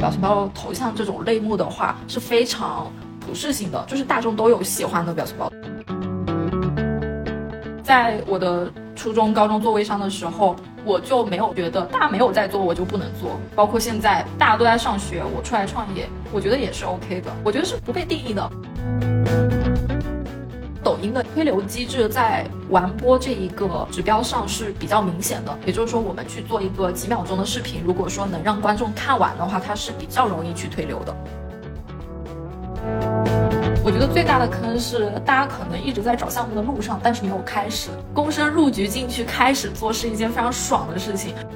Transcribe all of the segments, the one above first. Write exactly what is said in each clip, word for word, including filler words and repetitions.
表情包头像这种类目的话是非常普适性的，就是大众都有喜欢的表情包。在我的初中高中做微商的时候，我就没有觉得大家没有在做我就不能做，包括现在大家都在上学，我出来创业，我觉得也是 OK 的，我觉得是不被定义的。抖音的推流机制在完播这一个指标上是比较明显的，也就是说我们去做一个几秒钟的视频，如果说能让观众看完的话，它是比较容易去推流的。我觉得最大的坑是大家可能一直在找项目的路上，但是没有开始，躬身入局进去开始做是一件非常爽的事情。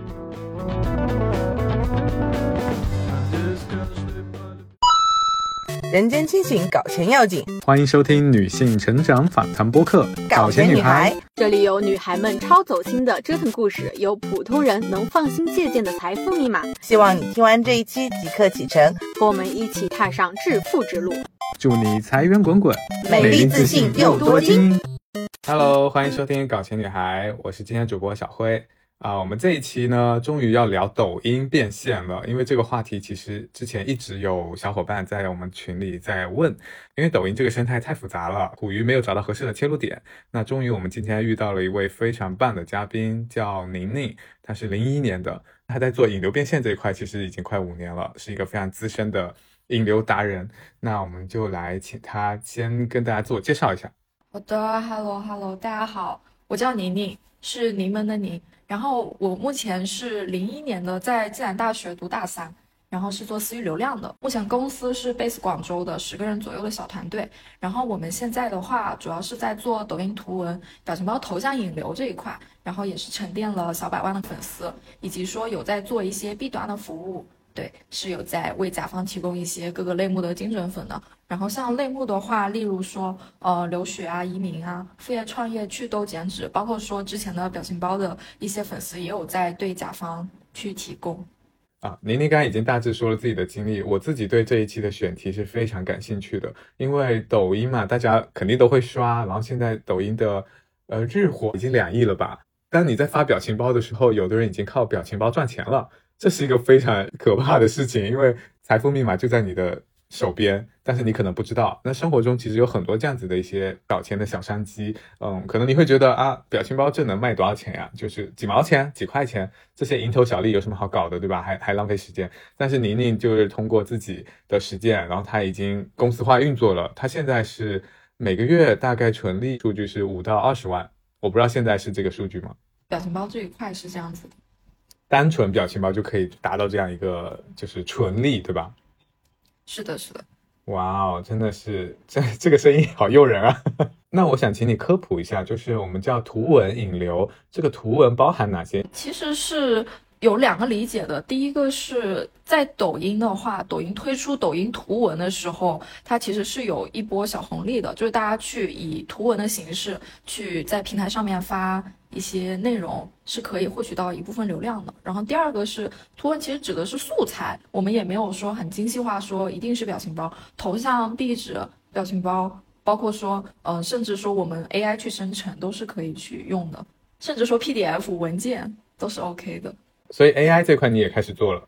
人间清醒，搞钱要紧。 欢迎收听女性成长访谈播客《 搞钱女孩》， 这里有女孩们超走心的折腾故事，有普通人能放心借鉴的财富密码。 希望你听完这一期即刻启程， 和我们一起踏上致富之路。 祝你财源滚滚， 美丽自信又多金。 Hello， 欢迎收听《搞钱女孩》，我是今天主播小辉。啊、呃，我们这一期呢，终于要聊抖音变现了。因为这个话题其实之前一直有小伙伴在我们群里在问，因为抖音这个生态太复杂了，苦于没有找到合适的切入点。那终于我们今天遇到了一位非常棒的嘉宾，叫宁宁，她是零一年的，她在做引流变现这一块其实已经快五年了，是一个非常资深的引流达人。那我们就来请她先跟大家自我介绍一下。 好的 ，Hello Hello， 大家好，我叫宁宁，是柠檬的宁。然后我目前是零一年的，在暨南大学读大三，然后是做私域流量的。目前公司是 base 广州的十个人左右的小团队。然后我们现在的话，主要是在做抖音图文、表情包头像引流这一块，然后也是沉淀了小百万的粉丝，以及说有在做一些 B 端的服务。对，是有在为甲方提供一些各个类目的精准粉的。然后像类目的话，例如说呃留学啊、移民啊、副业创业、祛痘减脂，包括说之前的表情包的一些粉丝也有在对甲方去提供。 啊，宁宁刚才已经大致说了自己的经历，我自己对这一期的选题是非常感兴趣的，因为抖音嘛，大家肯定都会刷，然后现在抖音的呃日活已经两亿了吧？当你在发表情包的时候，有的人已经靠表情包赚钱了。这是一个非常可怕的事情，因为财富密码就在你的手边，但是你可能不知道。那生活中其实有很多这样子的一些搞钱的小商机，嗯，可能你会觉得啊，表情包这能卖多少钱呀？就是几毛钱、几块钱，这些蝇头小利有什么好搞的，对吧？还还浪费时间。但是宁宁就是通过自己的实践，然后他已经公司化运作了，他现在是每个月大概纯利数据是五到二十万，我不知道现在是这个数据吗？ 表情包这一块是这样子的。 单纯表情包就可以达到这样一个就是纯利，对吧？ 是的，是的。 哇哦，真的是这这个声音好诱人啊！那我想请你科普一下，就是我们叫图文引流，这个图文包含哪些？ 其实是有两个理解的。第一个是在抖音的话，抖音推出抖音图文的时候，它其实是有一波小红利的，就是大家去以图文的形式去在平台上面发一些内容，是可以获取到一部分流量的。然后第二个是图文其实指的是素材，我们也没有说很精细化说一定是表情包、头像、壁纸、表情包，包括说呃，甚至说我们 A I 去生成都是可以去用的，甚至说 P D F 文件都是 OK 的。 所以 A I 这块你也开始做了？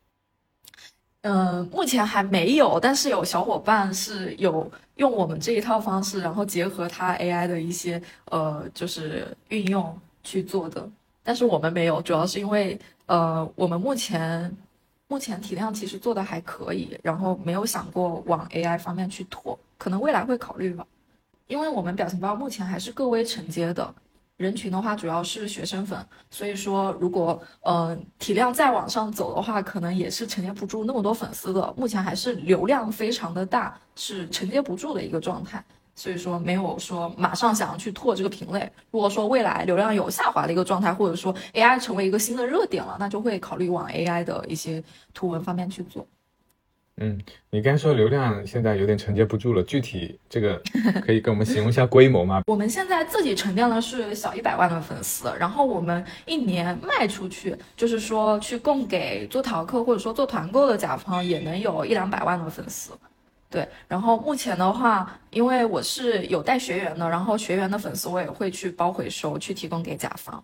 嗯，目前还没有，但是有小伙伴是有用我们这一套方式，然后结合它 A I 的一些呃，就是运用去做的。但是我们没有，主要是因为呃，我们目前目前体量其实做的还可以，然后没有想过往 A I 方面去拓，可能未来会考虑吧。因为我们表情包目前还是个微承接的。人群的话主要是学生粉，所以说如果呃体量再往上走的话，可能也是承接不住那么多粉丝的。目前还是流量非常的大，是承接不住的一个状态，所以说没有说马上想要去拓这个品类。如果说未来流量有下滑的一个状态，或者说 A I 成为一个新的热点了，那就会考虑往 A I 的一些图文方面去做。 嗯，你刚才说流量现在有点承接不住了，具体这个可以跟我们形容一下规模吗？ 我们现在自己沉淀的是小一百万的粉丝，然后我们一年卖出去，就是说去供给做淘客或者说做团购的甲方也能有一两百万的粉丝。对，然后目前的话，因为我是有带学员的，然后学员的粉丝我也会去包回收，去提供给甲方。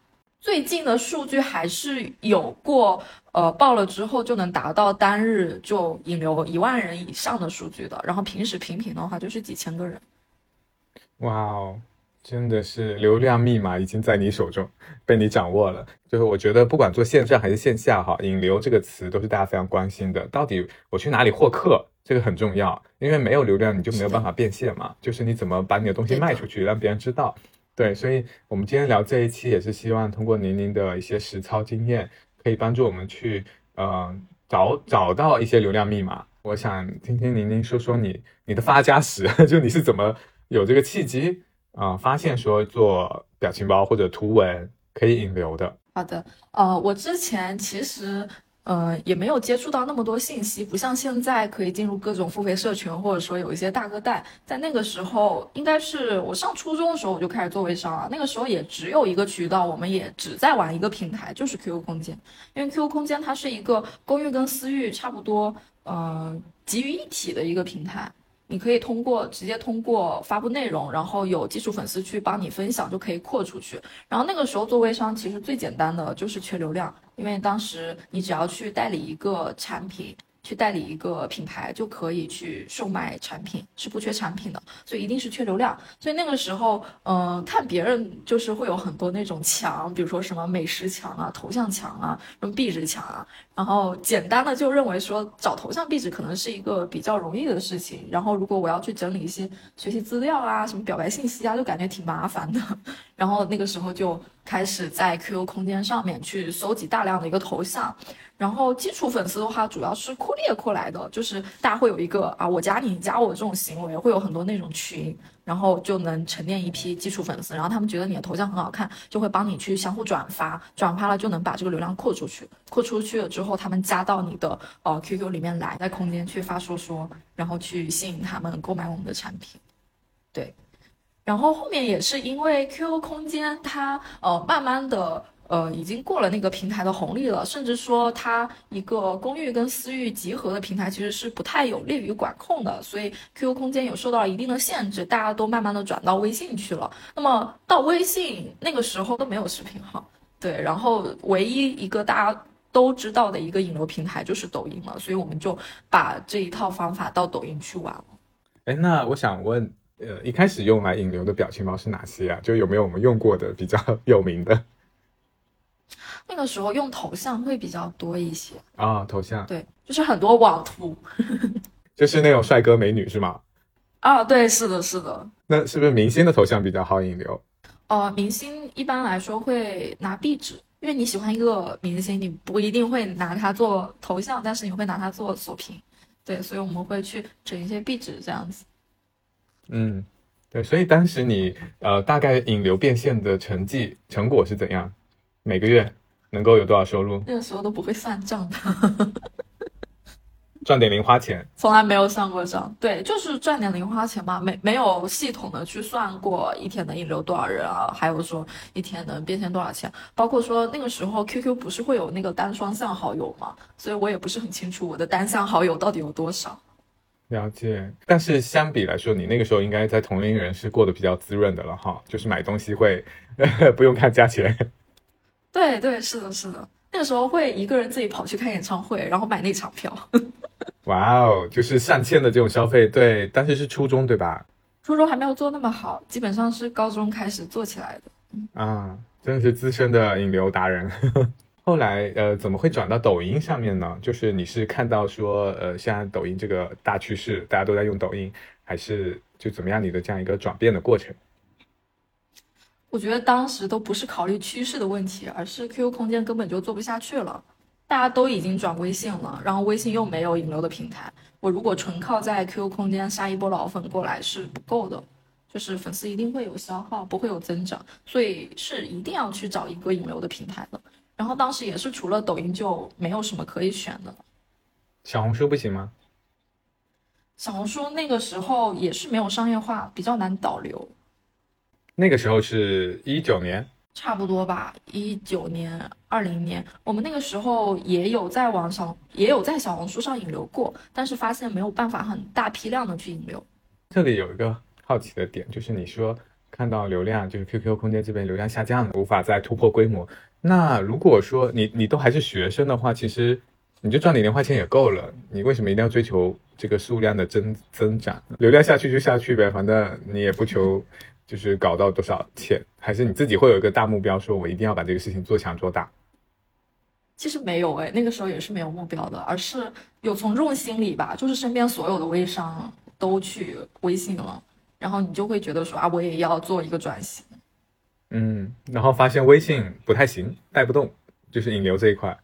最近的数据还是有过，呃，报了之后就能达到单日就引流一万人以上的数据的，然后平时平平的话就是几千个人。 哇哦，真的是流量密码已经在你手中，被你掌握了。就是我觉得不管做线上还是线下哈，引流这个词都是大家非常关心的。到底我去哪里获客，这个很重要，因为没有流量你就没有办法变现嘛，就是你怎么把你的东西卖出去，让别人知道。对，所以我们今天聊这一期也是希望通过宁宁的一些实操经验，可以帮助我们去呃找找到一些流量密码。我想听听宁宁说说你你的发家史，就你是怎么有这个契机啊、呃，发现说做表情包或者图文可以引流的。 好的，呃，我之前其实呃也没有接触到那么多信息，不像现在可以进入各种付费社群，或者说有一些大哥带。在那个时候，应该是我上初中的时候我就开始做微商了。那个时候也只有一个渠道，我们也只在玩一个平台，就是 Q Q 空间。因为 Q Q 空间它是一个公域跟私域差不多，呃，集于一体的一个平台。你可以通过直接通过发布内容，然后有基础粉丝去帮你分享，就可以扩出去。然后那个时候做微商其实最简单的就是缺流量，因为当时你只要去代理一个产品，去代理一个品牌就可以去售卖产品，是不缺产品的，所以一定是缺流量。所以那个时候，嗯、呃，看别人就是会有很多那种墙，比如说什么美食墙啊、头像墙啊、什么壁纸墙啊，然后简单的就认为说找头像壁纸可能是一个比较容易的事情，然后如果我要去整理一些学习资料啊、什么表白信息啊，就感觉挺麻烦的。然后那个时候就开始在 Q Q 空间上面去搜集大量的一个头像。然后基础粉丝的话主要是扩列扩来的，就是大家会有一个啊我加你你加我这种行为，会有很多那种群，然后就能沉淀一批基础粉丝，然后他们觉得你的头像很好看，就会帮你去相互转发，转发了就能把这个流量扩出去，扩出去了之后他们加到你的呃 Q Q 里面来，在空间去发说说，然后去吸引他们购买我们的产品。对，然后后面也是因为 Q Q 空间它呃慢慢的呃，已经过了那个平台的红利了，甚至说它一个公域跟私域集合的平台其实是不太有利于管控的，所以 Q Q 空间有受到了一定的限制，大家都慢慢的转到微信去了。那么到微信那个时候都没有视频号，对，然后唯一一个大家都知道的一个引流平台就是抖音了，所以我们就把这一套方法到抖音去玩了。 哎，那我想问，呃，一开始用来引流的表情包是哪些啊？就有没有我们用过的比较有名的？ 那个时候用头像会比较多一些啊、哦，头像， 对，就是很多网图， 就是那种帅哥美女是吗？ 啊，对，是的，是的。 那是不是明星的头像比较好引流？ 呃，明星一般来说会拿壁纸，因为你喜欢一个明星，你不一定会拿它做头像，但是你会拿它做锁屏，对，所以我们会去整一些壁纸这样子。 嗯，对，所以当时你呃大概引流变现的成绩成果是怎样？每个月能够有多少收入？ 那个时候都不会算账的， 赚点零花钱， 从来没有算过账。对，就是赚点零花钱嘛，没没有系统的去算过一天能引流多少人啊，还有说一天能变现多少钱。包括说那个时候 Q Q 不是会有那个单双向好友嘛，所以我也不是很清楚我的单向好友到底有多少。 了解。但是相比来说，你那个时候应该在同龄人是过得比较滋润的了哈，就是买东西会不用看价钱。 对对，是的，是的，那个时候会一个人自己跑去看演唱会，然后买那场票。 哇哦，就是上千的这种消费，对，但是是初中对吧？ 初中还没有做那么好，基本上是高中开始做起来的。 啊，真的是资深的引流达人。后来呃，怎么会转到抖音上面呢？就是你是看到说呃，现在抖音这个大趋势，大家都在用抖音，还是就怎么样你的这样一个转变的过程？ 我觉得当时都不是考虑趋势的问题，而是 Q Q 空间根本就做不下去了，大家都已经转微信了，然后微信又没有引流的平台，我如果纯靠在 Q Q 空间杀一波老粉过来是不够的，就是粉丝一定会有消耗，不会有增长，所以是一定要去找一个引流的平台的。然后当时也是除了抖音就没有什么可以选的。 小红书不行吗？ 小红书那个时候也是没有商业化，比较难导流。 那个时候是一九年， 差不多吧，一九年、二零年，我们那个时候也有在网上，也有在小红书上引流过，但是发现没有办法很大批量的去引流。 这里有一个好奇的点，就是你说看到流量，就是 Q Q 空间这边流量下降了，无法再突破规模， 那如果说你你都还是学生的话，其实你就赚点零花钱也够了，你为什么一定要追求这个数量的增增长？流量下去就下去呗，反正你也不求就是搞到多少钱，还是你自己会有一个大目标，说我一定要把这个事情做强做大？ 其实没有诶，那个时候也是没有目标的，而是有从众心理吧，就是身边所有的微商都去微信了，然后你就会觉得说啊，我也要做一个转型。 嗯，然后发现微信不太行，带不动，就是引流这一块。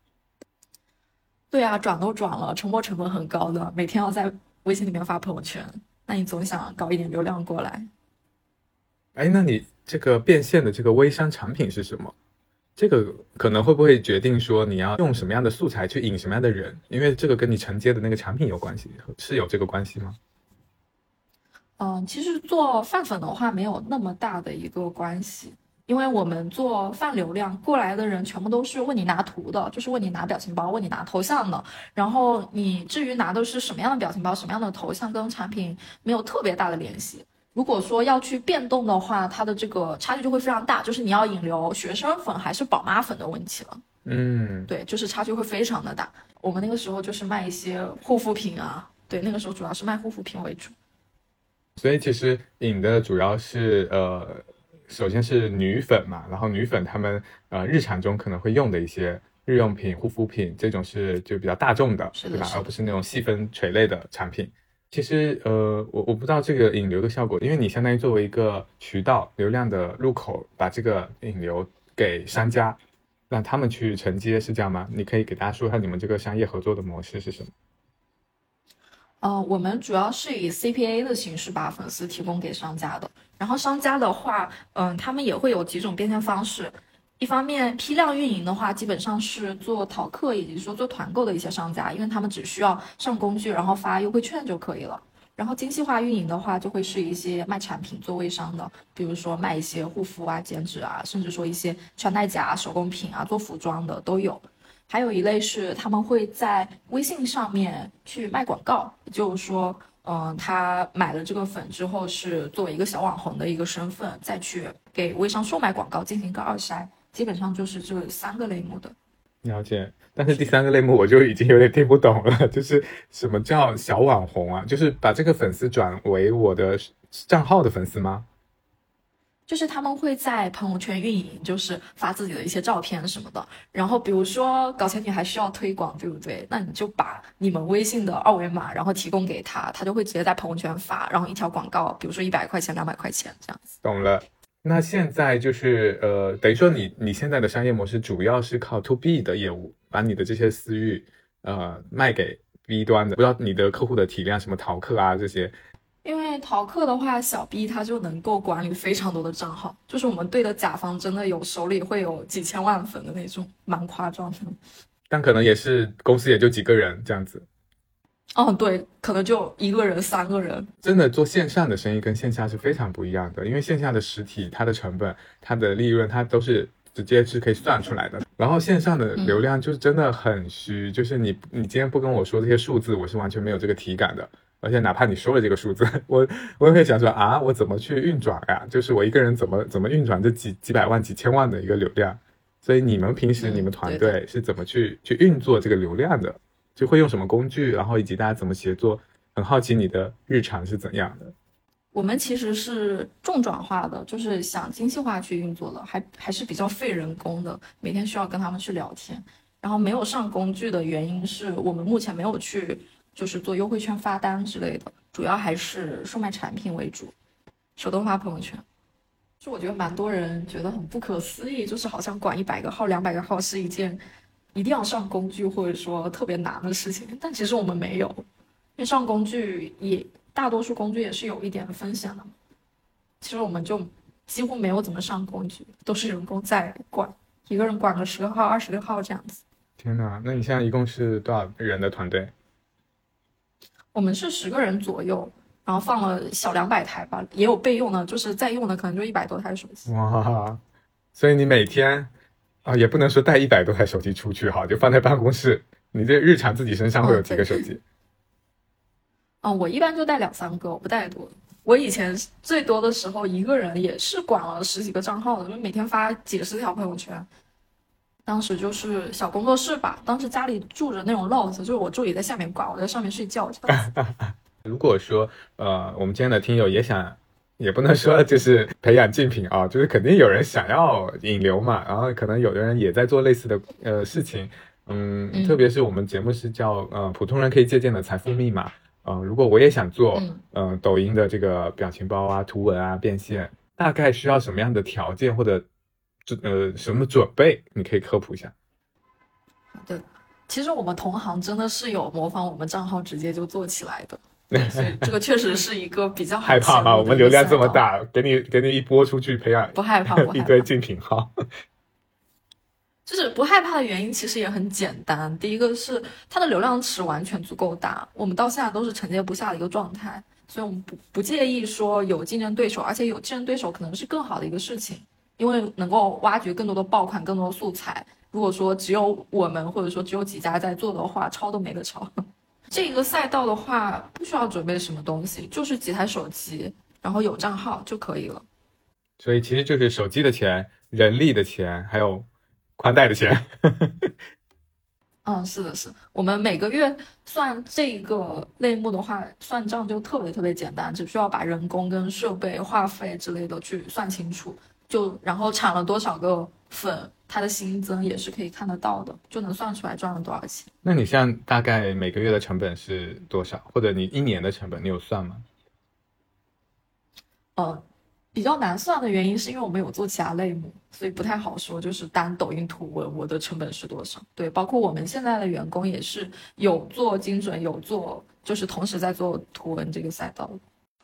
对啊，转都转了，沉没成本很高的，每天要在微信里面发朋友圈，那你总想搞一点流量过来。 哎，那你这个变现的这个微商产品是什么？这个可能会不会决定说你要用什么样的素材去引什么样的人？因为这个跟你承接的那个产品有关系，是有这个关系吗？ 嗯，其实做饭粉的话没有那么大的一个关系，因为我们做饭流量过来的人全部都是问你拿图的，就是问你拿表情包，问你拿头像的。然后你至于拿的是什么样的表情包、什么样的头像，跟产品没有特别大的联系。如果说要去变动的话，它的这个差距就会非常大，就是你要引流学生粉还是宝妈粉的问题了。 嗯， 对，就是差距会非常的大。我们那个时候就是卖一些护肤品啊，对，那个时候主要是卖护肤品为主。 所以其实引的主要是呃，首先是女粉嘛，然后女粉她们呃日常中可能会用的一些日用品、护肤品，这种是就比较大众的，对吧？而不是那种细分垂类的产品。其实呃，我我不知道这个引流的效果，因为你相当于作为一个渠道流量的入口，把这个引流给商家，让他们去承接，是这样吗？你可以给大家说一下你们这个商业合作的模式是什么？ 呃，我们主要是以 C P A 的形式把粉丝提供给商家的。然后商家的话，嗯、呃，他们也会有几种变现方式。一方面，批量运营的话，基本上是做淘客，以及说做团购的一些商家，因为他们只需要上工具，然后发优惠券就可以了。然后精细化运营的话，就会是一些卖产品做微商的，比如说卖一些护肤啊、减脂啊，甚至说一些穿戴甲、手工品啊、做服装的都有。还有一类是他们会在微信上面去卖广告，也就是说，嗯、呃，他买了这个粉之后，是作为一个小网红的一个身份，再去给微商售卖广告，进行一个二筛，基本上就是这三个类目的。 了解，但是第三个类目我就已经有点听不懂了，就是什么叫小网红啊？就是把这个粉丝转为我的账号的粉丝吗？ 就是他们会在朋友圈运营，就是发自己的一些照片什么的。然后比如说搞钱女孩需要推广，对不对？那你就把你们微信的二维码，然后提供给他，他就会直接在朋友圈发，然后一条广告，比如说一百块钱、两百块钱这样子。 懂了。那现在就是呃，等于说你你现在的商业模式主要是靠 to B 的业务，把你的这些私域呃卖给 B 端的，不知道你的客户的体量，什么淘客啊这些。 因为淘客的话，小 B 他就能够管理非常多的账号，就是我们对的甲方真的有手里会有几千万粉的那种，蛮夸张的。 但可能也是公司也就几个人这样子。 哦，对，可能就一个人、三个人。 真的做线上的生意跟线下是非常不一样的，因为线下的实体它的成本、它的利润，它都是直接是可以算出来的。然后线上的流量就是真的很虚，嗯、就是你你今天不跟我说这些数字，我是完全没有这个体感的。而且哪怕你说了这个数字，我我也会想说啊，我怎么去运转呀？就是我一个人怎么怎么运转这几几百万、几千万的一个流量。所以你们平时、嗯、你们团队是怎么去去运作这个流量的？就会用什么工具，然后以及大家怎么协作？很好奇你的日常是怎样的。 我们其实是重转化的，就是想精细化去运作的，还还是比较费人工的，每天需要跟他们去聊天。然后没有上工具的原因是我们目前没有去就是做优惠券发单之类的，主要还是售卖产品为主，手动发朋友圈。就我觉得蛮多人觉得很不可思议，就是好像管一百个号、两百个号是一件一定要上工具或者说特别难的事情，但其实我们没有，因为上工具也大多数工具也是有一点风险的嘛。其实我们就几乎没有怎么上工具，都是人工在管，一个人管个十个号、二十个号这样子。 天哪，那你现在一共是多少人的团队？ 我们是十个人左右，然后放了小两百台吧，也有备用的，就是在用的可能就一百多台手机。 哇，所以你每天啊，也不能说带一百多台手机出去哈，就放在办公室。你这日常自己身上会有几个手机？ 嗯、哦，我一般就带两三个，我不带多。我以前最多的时候，一个人也是管了十几个账号的，就每天发几十条朋友圈。 当时就是小工作室吧，当时家里住着那种 loft， 就是我助理在下面挂，我在上面睡觉这样子。 如果说呃，我们今天的听友也想，也不能说就是培养竞品啊，就是肯定有人想要引流嘛，然后可能有的人也在做类似的呃事情，嗯， 嗯特别是我们节目是叫呃普通人可以借鉴的财富密码，嗯、呃，如果我也想做， 嗯呃，抖音的这个表情包啊、图文啊变现，大概需要什么样的条件或者呃什么准备？你可以科普一下。 对，其实我们同行真的是有模仿我们账号直接就做起来的。对，所以这个确实是一个比较好害怕吗？我们流量这么大，给你给你一播出去，培养不害怕，不害怕一堆竞品号。 就是不害怕的原因其实也很简单，第一个是它的流量池完全足够大，我们到现在都是承接不下的一个状态，所以我们不不介意说有竞争对手，而且有竞争对手可能是更好的一个事情，因为能够挖掘更多的爆款、更多的素材。如果说只有我们或者说只有几家在做的话，抄都没得抄。这个赛道的话，不需要准备什么东西，就是几台手机，然后有账号就可以了。 所以其实就是手机的钱、人力的钱，还有宽带的钱。 嗯，是的，是的，我们每个月算这个类目的话，算账就特别特别简单，只需要把人工跟设备、话费之类的去算清楚，就然后产了多少个粉，它的新增也是可以看得到的，就能算出来赚了多少钱。 那你像大概每个月的成本是多少，或者你一年的成本你有算吗？ 呃，比较难算的原因是因为我们有做其他类目，所以不太好说，就是单抖音图文我的成本是多少。对，包括我们现在的员工也是有做精准，有做就是同时在做图文这个赛道。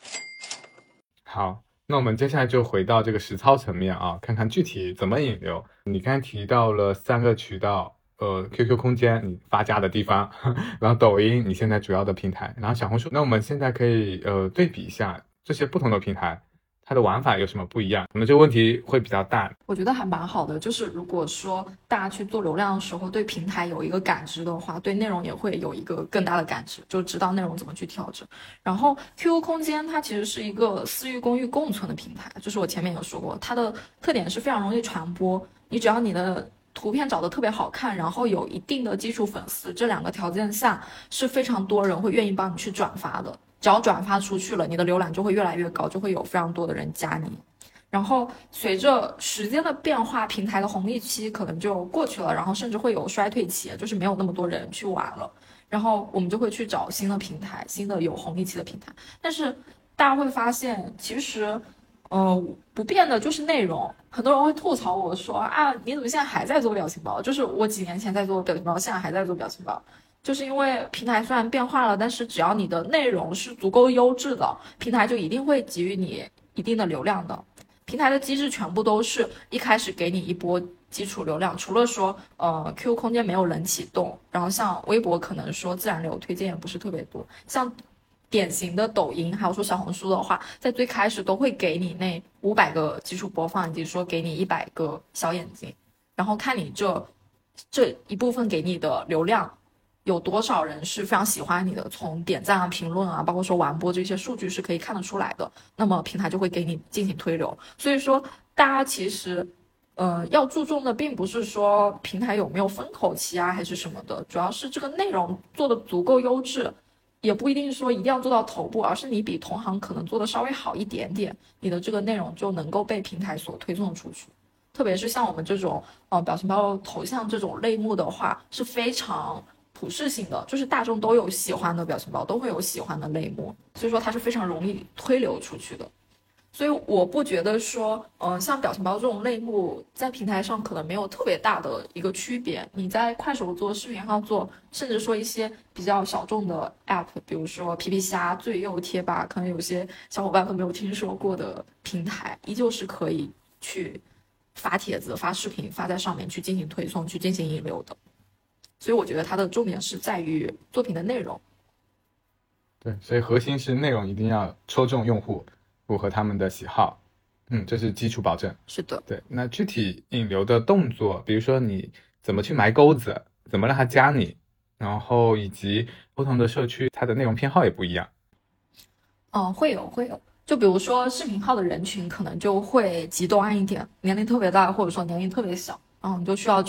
好，那我们接下来就回到这个实操层面啊，看看具体怎么引流。你刚才提到了三个渠道，呃 Q Q 空间你发家的地方，然后抖音你现在主要的平台，然后小红书。那我们现在可以呃对比一下这些不同的平台，它的玩法有什么不一样？可能这个问题会比较大。 我觉得还蛮好的，就是如果说大家去做流量的时候，对平台有一个感知的话，对内容也会有一个更大的感知，就知道内容怎么去调整。然后 Q Q 空间它其实是一个私域公域共存的平台，就是我前面有说过，它的特点是非常容易传播，你只要你的图片找得特别好看，然后有一定的基础粉丝，这两个条件下是非常多人会愿意帮你去转发的。只要转发出去了，你的浏览就会越来越高，就会有非常多的人加你。然后随着时间的变化，平台的红利期可能就过去了，然后甚至会有衰退期，就是没有那么多人去玩了，然后我们就会去找新的平台，新的有红利期的平台。但是大家会发现，其实呃不变的就是内容。很多人会吐槽我说啊，你怎么现在还在做表情包？就是我几年前在做表情包，现在还在做表情包。就是因为平台虽然变化了，但是只要你的内容是足够优质的，平台就一定会给予你一定的流量的。平台的机制全部都是一开始给你一波基础流量，除了说呃 Q Q 空间没有人启动，然后像微博可能说自然流推荐也不是特别多，像典型的抖音还有说小红书的话，在最开始都会给你那五百个基础播放，以及说给你一百个小眼睛，然后看你这这一部分给你的流量有多少人是非常喜欢你的，从点赞啊、评论啊，包括说完播这些数据是可以看得出来的，那么平台就会给你进行推流。所以说大家其实呃要注重的并不是说平台有没有风口期啊还是什么的，主要是这个内容做的足够优质，也不一定说一定要做到头部，而是你比同行可能做的稍微好一点点，你的这个内容就能够被平台所推送出去。特别是像我们这种呃表情包头像这种类目的话，是非常普适性的，就是大众都有喜欢的表情包，都会有喜欢的类目，所以说它是非常容易推流出去的。所以我不觉得说嗯、呃，像表情包这种类目在平台上可能没有特别大的一个区别，你在快手做、视频号做，甚至说一些比较小众的 app， 比如说皮皮虾、最右、贴吧，可能有些小伙伴都没有听说过的平台，依旧是可以去发帖子、发视频发在上面去进行推送、去进行引流的。所以我觉得它的重点是在于作品的内容。 对，所以核心是内容一定要戳中用户，符合他们的喜好，嗯，这是基础保证。 是的， 对。那具体引流的动作，比如说你怎么去埋钩子，怎么让他加你，然后以及不同的社区，它的内容偏好也不一样。 嗯，会有会有。就比如说视频号的人群可能就会极端一点，年龄特别大，或者说年龄特别小，然后你就需要去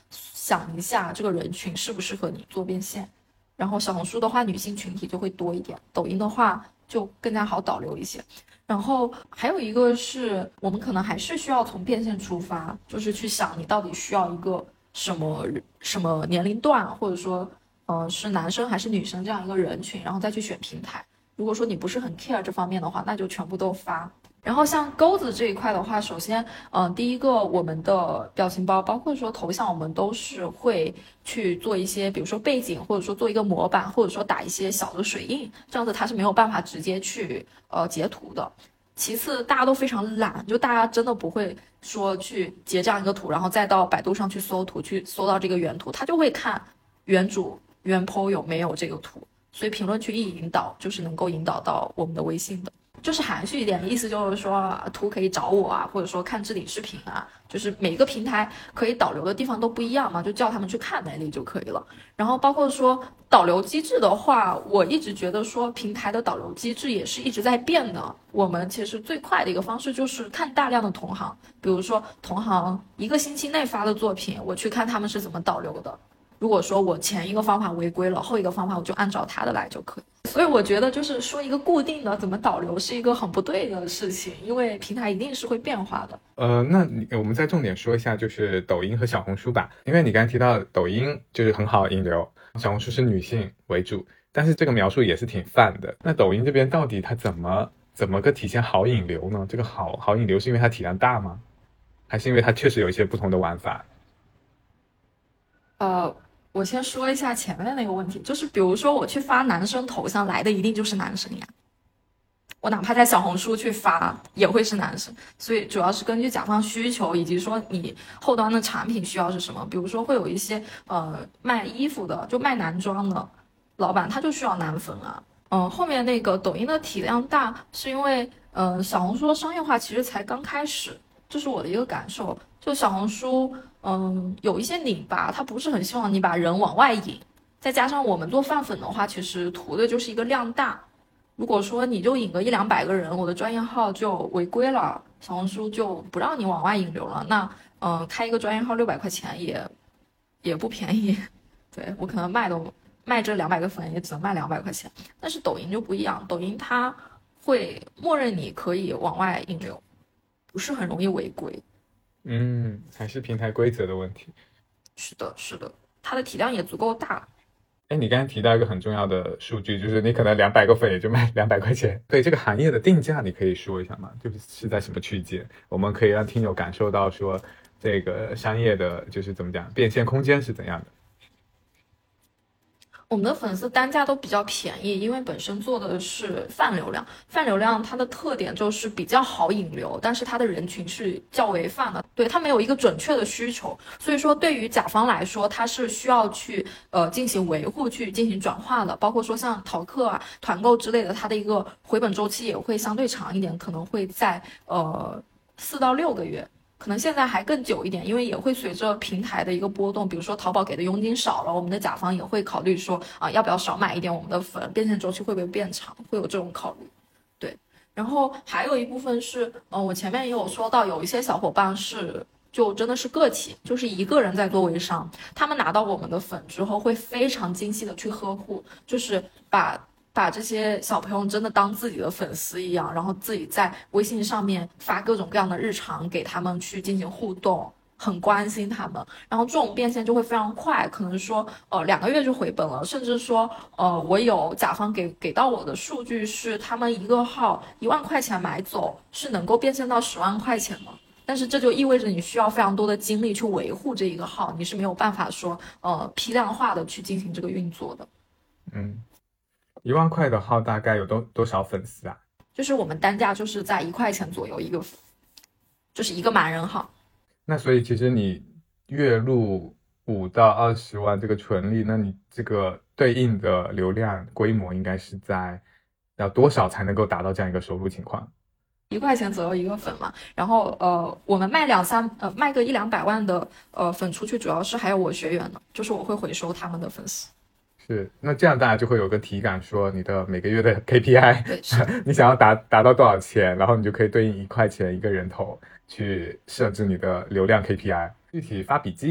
想一下这个人群适不适合你做变现。然后小红书的话，女性群体就会多一点，抖音的话就更加好导流一些。然后还有一个是我们可能还是需要从变现出发，就是去想你到底需要一个什么什么年龄段，或者说呃是男生还是女生这样一个人群，然后再去选平台。如果说你不是很 care 这方面的话，那就全部都发。然后像钩子这一块的话，首先，嗯、呃，第一个我们的表情包，包括说头像，我们都是会去做一些，比如说背景，或者说做一个模板，或者说打一些小的水印，这样子它是没有办法直接去呃截图的。其次，大家都非常懒，就大家真的不会说去截这样一个图，然后再到百度上去搜图，去搜到这个原图，他就会看原主原 po 有没有这个图。所以评论区一引导，就是能够引导到我们的微信的。就是含蓄一点，意思就是说图可以找我啊，或者说看置顶视频啊，就是每个平台可以导流的地方都不一样嘛，就叫他们去看那里就可以了。然后包括说导流机制的话，我一直觉得说平台的导流机制也是一直在变的。我们其实最快的一个方式就是看大量的同行，比如说同行一个星期内发的作品，我去看他们是怎么导流的。如果说我前一个方法违规了，后一个方法我就按照它的来就可以。所以我觉得就是说一个固定的怎么导流是一个很不对的事情，因为平台一定是会变化的。 呃，那你我们再重点说一下就是抖音和小红书吧，因为你刚才提到抖音就是很好引流，小红书是女性为主，但是这个描述也是挺泛的。那抖音这边到底它怎么怎么个体现好引流呢？这个好好引流是因为它体量大吗？还是因为它确实有一些不同的玩法？ 呃。我先说一下前面那个问题，就是比如说我去发男生头像来的一定就是男生呀，我哪怕在小红书去发也会是男生，所以主要是根据甲方需求以及说你后端的产品需要是什么。比如说会有一些呃卖衣服的，就卖男装的老板，他就需要男粉啊。嗯、呃，后面那个抖音的体量大，是因为嗯、呃、小红书的商业化其实才刚开始，这是我的一个感受。就小红书。嗯，有一些拧巴，它不是很希望你把人往外引，再加上我们做饭粉的话，其实图的就是一个量大。如果说你就引个一两百个人，我的专业号就违规了，小红书就不让你往外引流了。那嗯，开一个专业号六百块钱也也不便宜，对我可能卖都卖这两百个粉也只能卖两百块钱。但是抖音就不一样，抖音它会默认你可以往外引流，不是很容易违规。 嗯，还是平台规则的问题。 是的，是的，它的体量也足够大。 哎，你刚才提到一个很重要的数据，就是你可能两百个粉也就卖两百块钱。对这个行业的定价，你可以说一下吗？就是是在什么区间？我们可以让听友感受到说，这个商业的，就是怎么讲，变现空间是怎样的。 我们的粉丝单价都比较便宜，因为本身做的是泛流量，泛流量它的特点就是比较好引流，但是它的人群是较为泛的，对，它没有一个准确的需求，所以说对于甲方来说，它是需要去呃进行维护，去进行转化的，包括说像淘客啊、团购之类的，它的一个回本周期也会相对长一点，可能会在呃四到六个月。可能现在还更久一点，因为也会随着平台的一个波动，比如说淘宝给的佣金少了，我们的甲方也会考虑说啊，要不要少买一点我们的粉，变现周期会不会变长，会有这种考虑。对，然后还有一部分是，呃，我前面也有说到，有一些小伙伴是就真的是个体，就是一个人在做微商，他们拿到我们的粉之后会非常精细的去呵护，就是把。把这些小朋友真的当自己的粉丝一样，然后自己在微信上面发各种各样的日常给他们去进行互动，很关心他们，然后这种变现就会非常快，可能说呃两个月就回本了，甚至说呃我有甲方给给到我的数据是他们一个号一万块钱买走是能够变现到十万块钱的，但是这就意味着你需要非常多的精力去维护这一个号，你是没有办法说呃批量化的去进行这个运作的。 嗯。一万块的号大概有多多少粉丝啊？ 就是我们单价就是在一块钱左右一个，就是一个满人号。 那所以其实你月入五到二十万这个纯利，那你这个对应的流量规模应该是在要多少才能够达到这样一个收入情况？ 一块钱左右一个粉嘛，然后呃，我们卖两三呃卖个一两百万的呃粉出去，主要是还有我学员的，就是我会回收他们的粉丝。 是，那这样大家就会有个体感，说你的每个月的 K P I， 对，是你想要达达到多少钱，然后你就可以对应一块钱一个人头去设置你的流量 K P I。具体发笔记，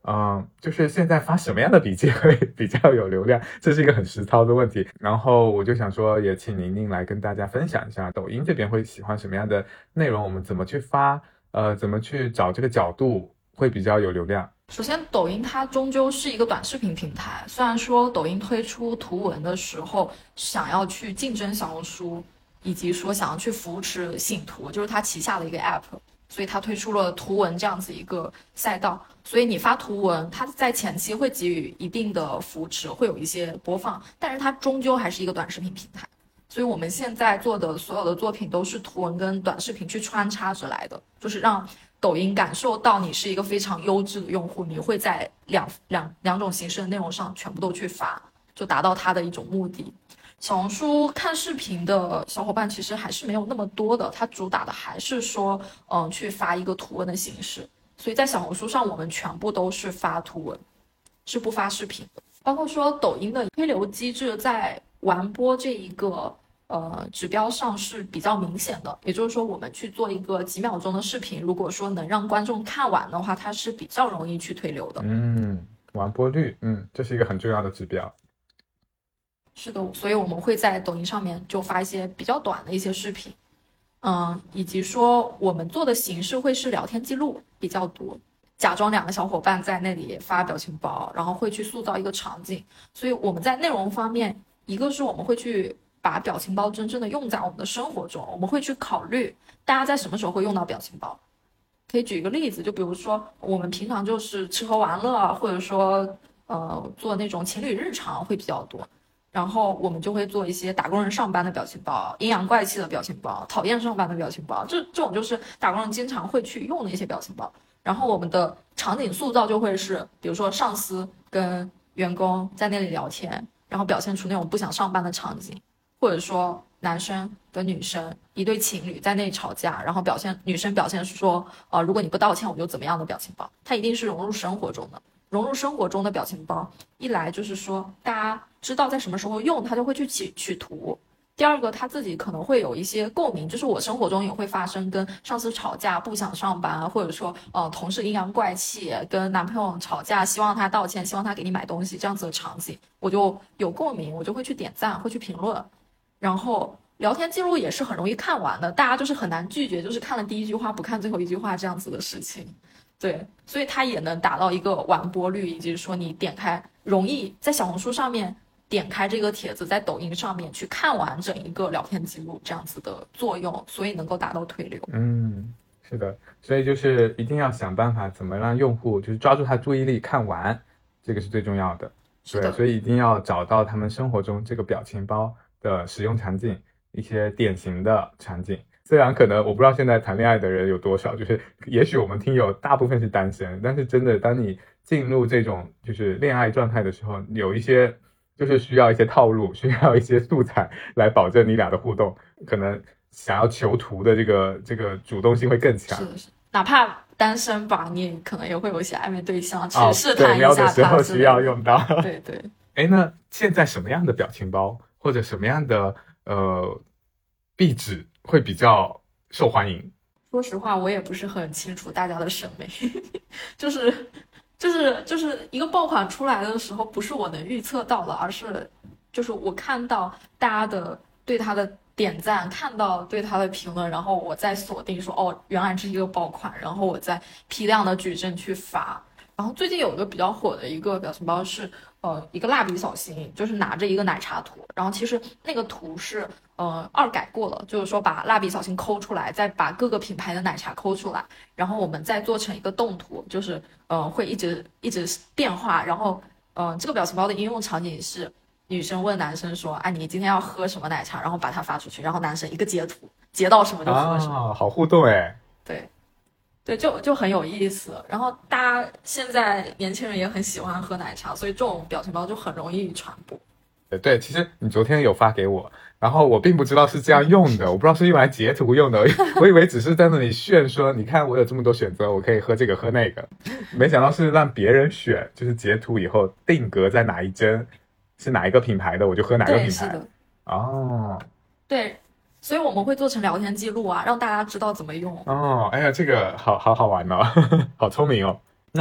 嗯，就是现在发什么样的笔记会比较有流量，这是一个很实操的问题。然后我就想说，也请宁宁来跟大家分享一下，抖音这边会喜欢什么样的内容，我们怎么去发，呃，怎么去找这个角度会比较有流量。 首先，抖音它终究是一个短视频平台，虽然说抖音推出图文的时候想要去竞争小红书，以及说想要去扶持信图，就是它旗下的一个 app。所以它推出了图文这样子一个赛道，所以你发图文，它在前期会给予一定的扶持，会有一些播放，但是它终究还是一个短视频平台。所以我们现在做的所有的作品都是图文跟短视频去穿插着来的，就是让抖音感受到你是一个非常优质的用户，你会在两两两种形式的内容上全部都去发，就达到它的一种目的。小红书看视频的小伙伴其实还是没有那么多的，它主打的还是说，嗯，去发一个图文的形式。所以在小红书上，我们全部都是发图文，是不发视频的。包括说抖音的推流机制在完播这一个呃指标上是比较明显的，也就是说，我们去做一个几秒钟的视频，如果说能让观众看完的话，它是比较容易去推流的。 嗯，完播率，嗯，这是一个很重要的指标。 是的，所以我们会在抖音上面就发一些比较短的一些视频，嗯，以及说我们做的形式会是聊天记录比较多，假装两个小伙伴在那里发表情包，然后会去塑造一个场景。所以我们在内容方面，一个是我们会去把表情包真正的用在我们的生活中，我们会去考虑大家在什么时候会用到表情包。可以举一个例子，就比如说我们平常就是吃喝玩乐，或者说呃做那种情侣日常会比较多。然后我们就会做一些打工人上班的表情包，阴阳怪气的表情包，讨厌上班的表情包，这这种就是打工人经常会去用的一些表情包。然后我们的场景塑造就会是，比如说上司跟员工在那里聊天，然后表现出那种不想上班的场景，或者说男生跟女生一对情侣在那里吵架，然后表现女生表现说，呃，如果你不道歉我就怎么样的表情包，它一定是融入生活中的。融入生活中的表情包，一来就是说大家知道在什么时候用，他就会去取取图。第二个，他自己可能会有一些共鸣，就是我生活中也会发生跟上司吵架不想上班，或者说呃同事阴阳怪气，跟男朋友吵架希望他道歉，希望他给你买东西这样子的场景，我就有共鸣，我就会去点赞，会去评论。然后聊天记录也是很容易看完的，大家就是很难拒绝，就是看了第一句话不看最后一句话这样子的事情。对，所以它也能达到一个完播率，以及说你点开容易在小红书上面点开这个帖子，在抖音上面去看完整一个聊天记录这样子的作用，所以能够达到推流。 嗯，是的，所以就是一定要想办法怎么让用户就是抓住他注意力看完，这个是最重要的。对，所以一定要找到他们生活中这个表情包的使用场景，一些典型的场景。虽然可能我不知道现在谈恋爱的人有多少，就是也许我们听友大部分是单身，但是真的当你进入这种就是恋爱状态的时候，有一些就是需要一些套路，需要一些素材来保证你俩的互动，可能想要求图的这个这个主动性会更强。 是的是，哪怕单身吧，你可能也会有一些暧昧对象去哦试探一下他之类的。 对，瞄的时候需要用到。 对对。 哎，那现在什么样的表情包或者什么样的呃壁纸会比较受欢迎？ 说实话，我也不是很清楚大家的审美，就是就是就是一个爆款出来的时候，不是我能预测到的，而是就是我看到大家的对他的点赞，看到对他的评论，然后我再锁定说，哦，原来这是一个爆款，然后我再批量的矩阵去发。然后最近有一个比较火的一个表情包是，呃，一个蜡笔小新，就是拿着一个奶茶图，然后其实那个图是呃二改过了，就是说把蜡笔小新抠出来，再把各个品牌的奶茶抠出来，然后我们再做成一个动图，就是呃会一直一直变化，然后呃这个表情包的应用场景是女生问男生说，哎，你今天要喝什么奶茶，然后把它发出去，然后男生一个截图，截到什么就喝什么。 啊，好互动哎。 对。对，就就很有意思。然后大家现在年轻人也很喜欢喝奶茶，所以这种表情包就很容易传播。 对对，其实你昨天有发给我，然后我并不知道是这样用的，我不知道是用来截图用的，我以为只是在那里炫说，你看我有这么多选择，我可以喝这个喝那个，没想到是让别人选，就是截图以后定格在哪一帧，是哪一个品牌的，我就喝哪个品牌。 对，是的。 哦， 对。所以我们会做成聊天记录啊，让大家知道怎么用。 哦，哎呀，这个好好好玩哦，好聪明哦。那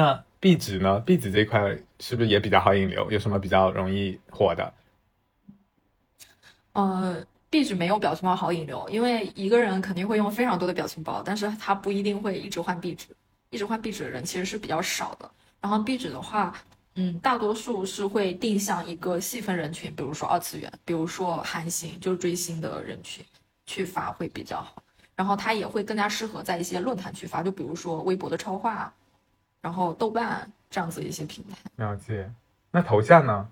壁纸呢？壁纸这一块是不是也比较好引流？有什么比较容易火的？ 呃，壁纸没有表情包好引流，因为一个人肯定会用非常多的表情包，但是他不一定会一直换壁纸，一直换壁纸的人其实是比较少的。然后壁纸的话，嗯，大多数是会定向一个细分人群，比如说二次元，比如说韩星，就是追星的人群去发会比较好。然后它也会更加适合在一些论坛去发，就比如说微博的超话，然后豆瓣这样子一些平台。 了解。那头像呢？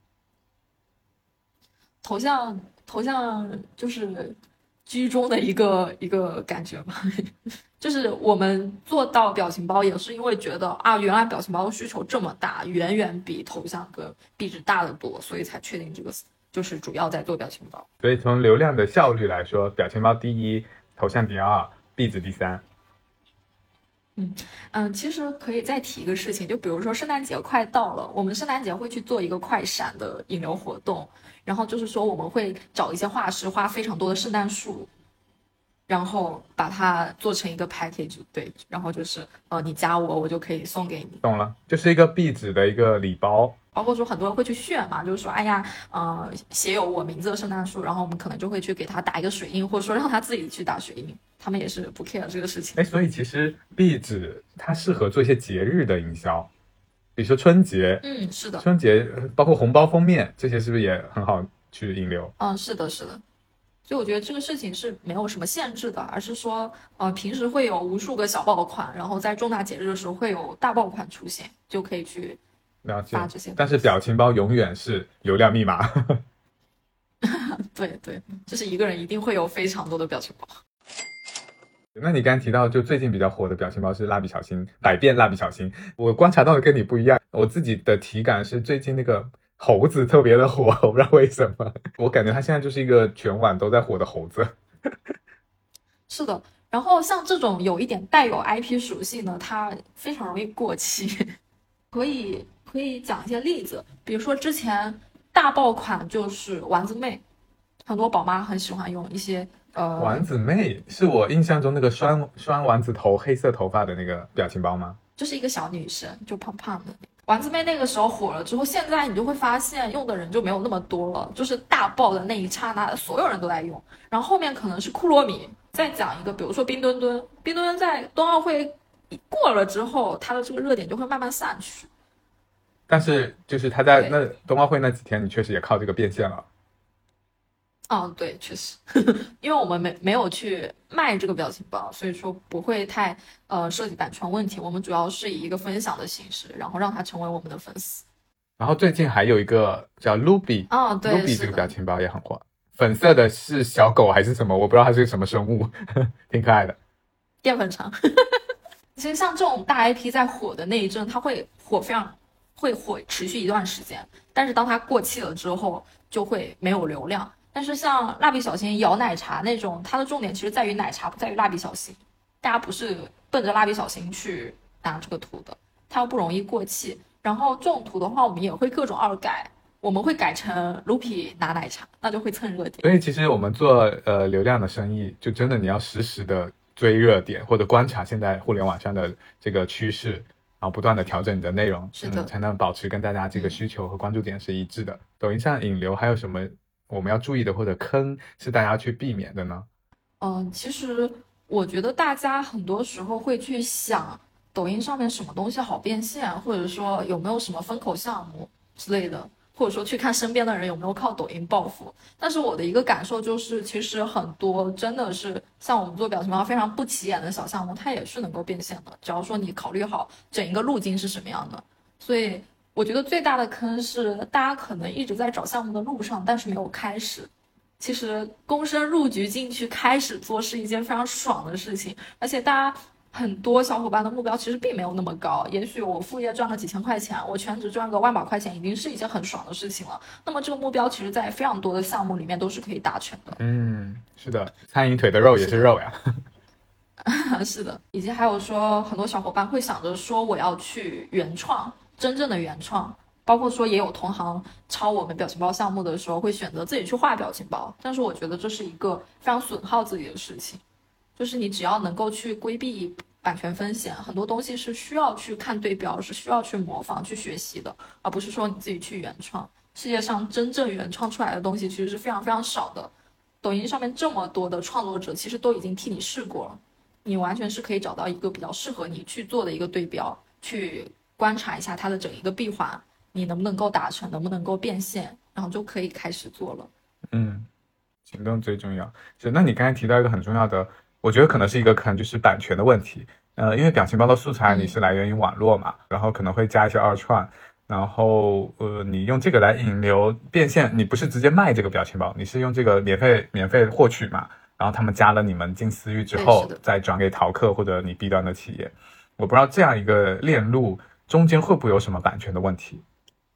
头像头像就是居中的一个一个感觉吧。就是我们做到表情包也是因为觉得啊，原来表情包的需求这么大，远远比头像跟壁纸大得多，所以才确定这个就是主要在做表情包。 所以从流量的效率来说，表情包第一，头像第二，壁纸第三。 嗯嗯，其实可以再提一个事情，就比如说圣诞节快到了，我们圣诞节会去做一个快闪的引流活动，然后就是说我们会找一些画师画非常多的圣诞树，然后把它做成一个 package， 对，然后就是呃你加我，我就可以送给你。 懂了，就是一个壁纸的一个礼包。 包括说很多人会去炫嘛，就是说哎呀，呃，写有我名字的圣诞树，然后我们可能就会去给他打一个水印，或者说让他自己去打水印，他们也是不 care 这个事情。 哎，所以其实壁纸它适合做一些节日的营销，比如说春节， 嗯，是的， 春节包括红包封面这些是不是也很好去引流？ 嗯，是的，是的。所以我觉得这个事情是没有什么限制的，而是说，呃，平时会有无数个小爆款，然后在重大节日的时候会有大爆款出现，就可以去了解发这些。 但是表情包永远是流量密码。 对对，就是一个人一定会有非常多的表情包。 那你刚刚提到就最近比较火的表情包是蜡笔小新，百变蜡笔小新。我观察到的跟你不一样，我自己的体感是最近那个猴子特别的火，我不知道为什么，我感觉它现在就是一个全网都在火的猴子。 是的，然后像这种有一点带有 I P 属性的，它非常容易过气。可以可以讲一些例子，比如说之前大爆款就是丸子妹，很多宝妈很喜欢用一些呃。 丸子妹是我印象中那个双双丸子头黑色头发的那个表情包吗？ 就是一个小女生，就胖胖的。丸子妹那个时候火了之后，现在你就会发现用的人就没有那么多了，就是大爆的那一刹那，所有人都在用。然后后面可能是库洛米，再讲一个，比如说冰墩墩，冰墩墩在冬奥会过了之后，它的这个热点就会慢慢散去。 但是就是他在那冬奥会那几天，你确实也靠这个变现了。 嗯，对，确实，因为我们没没有去卖这个表情包，所以说不会太呃涉及版权问题。我们主要是以一个分享的形式，然后让他成为我们的粉丝。 然后最近还有一个叫 Ruby， 哦，对 ，Ruby 这个表情包也很火。粉色的是小狗还是什么？我不知道它是个什么生物，挺可爱的。 淀粉肠。其实像这种大 I P 在火的那一阵，它会火非常会火持续一段时间，但是当它过气了之后，就会没有流量。但是像蜡笔小新摇奶茶那种，它的重点其实在于奶茶，不在于蜡笔小新。大家不是奔着蜡笔小新去拿这个图的，它又不容易过气。然后这种图的话，我们也会各种二改，我们会改成卢皮拿奶茶，那就会蹭热点。 所以其实我们做呃流量的生意，就真的你要实时的追热点，或者观察现在互联网上的这个趋势，然后不断的调整你的内容， 是的、 嗯，才能保持跟大家这个需求和关注点是一致的。嗯、抖音上引流还有什么我们要注意的或者坑是大家去避免的呢？ 嗯，其实我觉得大家很多时候会去想抖音上面什么东西好变现，或者说有没有什么风口项目之类的，或者说去看身边的人有没有靠抖音暴富。但是我的一个感受就是，其实很多真的是像我们做表情包非常不起眼的小项目，它也是能够变现的，只要说你考虑好整一个路径是什么样的。所以我觉得最大的坑是大家可能一直在找项目的路上，但是没有开始。其实躬身入局进去开始做是一件非常爽的事情，而且大家很多小伙伴的目标其实并没有那么高，也许我副业赚个几千块钱，我全职赚个万把块钱已经是一件很爽的事情了。那么这个目标其实在非常多的项目里面都是可以达成的。 嗯，是的，餐饮腿的肉也是肉呀。 是的，以及还有说很多小伙伴会想着说我要去原创，真正的原创，包括说也有同行抄我们表情包项目的时候会选择自己去画表情包，但是我觉得这是一个非常损耗自己的事情，就是你只要能够去规避版权风险，很多东西是需要去看对标，是需要去模仿去学习的，而不是说你自己去原创。世界上真正原创出来的东西其实是非常非常少的，抖音上面这么多的创作者其实都已经替你试过了，你完全是可以找到一个比较适合你去做的一个对标，去观察一下它的整一个闭环，你能不能够达成，能不能够变现，然后就可以开始做了。 嗯，行动最重要。是，那你刚才提到一个很重要的，我觉得可能是一个坑，就是版权的问题。呃，因为表情包的素材你是来源于网络嘛，嗯、然后可能会加一些二创，然后呃，你用这个来引流变现，你不是直接卖这个表情包，你是用这个免费免费获取嘛，然后他们加了你们进私域之后，再转给淘客或者你 B 端的企业。我不知道这样一个链路中间会不会有什么版权的问题？